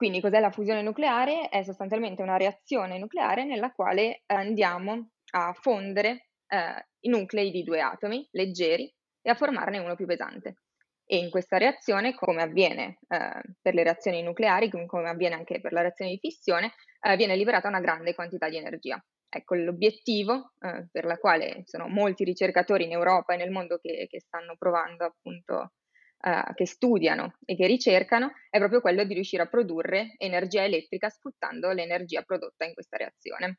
Quindi cos'è la fusione nucleare? È sostanzialmente una reazione nucleare nella quale andiamo a fondere i nuclei di 2 atomi leggeri e a formarne uno più pesante. E in questa reazione, come avviene per le reazioni nucleari, come avviene anche per la reazione di fissione, viene liberata una grande quantità di energia. Ecco, l'obiettivo per la quale ci sono molti ricercatori in Europa e nel mondo che stanno provando appunto, che studiano e che ricercano, è proprio quello di riuscire a produrre energia elettrica sfruttando l'energia prodotta in questa reazione.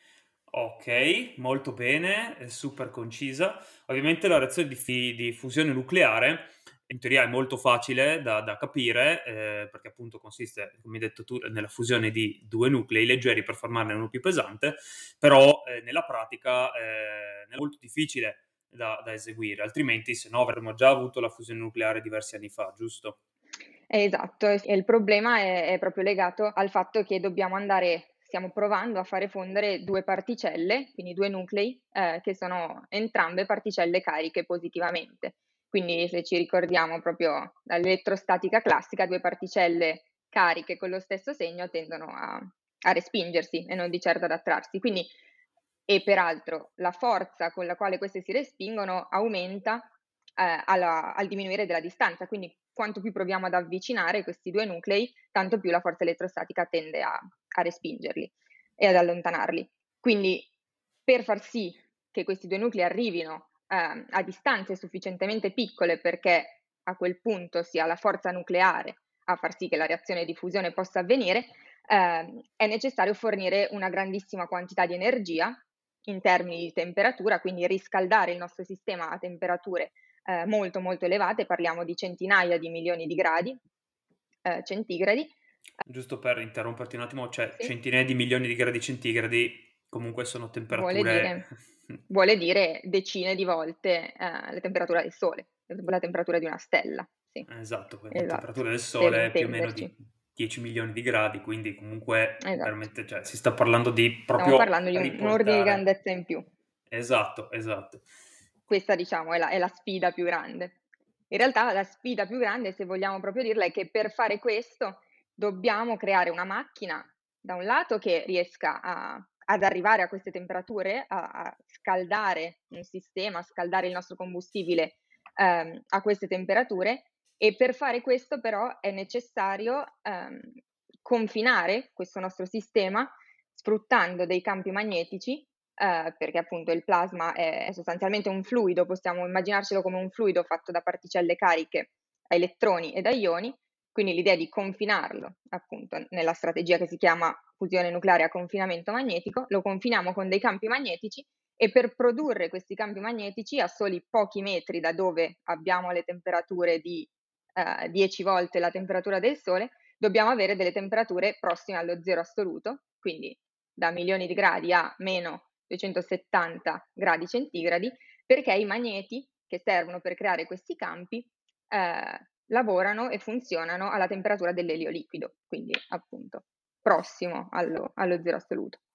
Okay, molto bene, super concisa. Ovviamente la reazione di fusione nucleare in teoria è molto facile da capire, perché appunto consiste, come hai detto tu, nella fusione di 2 nuclei leggeri per formarne uno più pesante, però, nella pratica, è molto difficile da eseguire, altrimenti se no avremmo già avuto la fusione nucleare diversi anni fa, giusto? Esatto, e il problema è proprio legato al fatto che stiamo provando a fare fondere 2 particelle, quindi 2 nuclei, che sono entrambe particelle cariche positivamente. Quindi se ci ricordiamo proprio dall'elettrostatica classica, 2 particelle cariche con lo stesso segno tendono a respingersi e non di certo ad attrarsi. Quindi e peraltro la forza con la quale queste si respingono aumenta, al diminuire della distanza, quindi quanto più proviamo ad avvicinare questi 2 nuclei, tanto più la forza elettrostatica tende a respingerli e ad allontanarli. Quindi per far sì che questi 2 nuclei arrivino, a distanze sufficientemente piccole perché a quel punto sia la forza nucleare a far sì che la reazione di fusione possa avvenire, è necessario fornire una grandissima quantità di energia in termini di temperatura, quindi riscaldare il nostro sistema a temperature molto, molto elevate, parliamo di centinaia di milioni di gradi centigradi. Giusto per interromperti un attimo, cioè Sì, centinaia di milioni di gradi centigradi comunque sono vuole temperature. dire vuole dire decine di volte la temperatura del Sole, la temperatura di una stella. Sì, Esatto, quindi esatto, temperatura del per sole più o meno intenderci. di 10 milioni di gradi, quindi comunque Esatto. veramente, cioè si sta parlando di Stiamo proprio parlando di un ordine di riportare. grandezza in più. Esatto, esatto. Questa diciamo è la sfida più grande. In realtà la sfida più grande, se vogliamo proprio dirla, è che per fare questo dobbiamo creare una macchina, da un lato che riesca ad arrivare a queste temperature, a scaldare un sistema, a scaldare il nostro combustibile, a queste temperature e per fare questo però è necessario, confinare questo nostro sistema sfruttando dei campi magnetici, perché appunto il plasma è sostanzialmente un fluido, possiamo immaginarcelo come un fluido fatto da particelle cariche a elettroni e da ioni, quindi l'idea è di confinarlo appunto nella strategia che si chiama fusione nucleare a confinamento magnetico, lo confiniamo con dei campi magnetici e per produrre questi campi magnetici a soli pochi metri da dove abbiamo le temperature di 10 volte la temperatura del Sole, dobbiamo avere delle temperature prossime allo zero assoluto, quindi da milioni di gradi a meno 270 gradi centigradi, perché i magneti che servono per creare questi campi lavorano e funzionano alla temperatura dell'elio liquido, quindi appunto prossimo allo zero assoluto.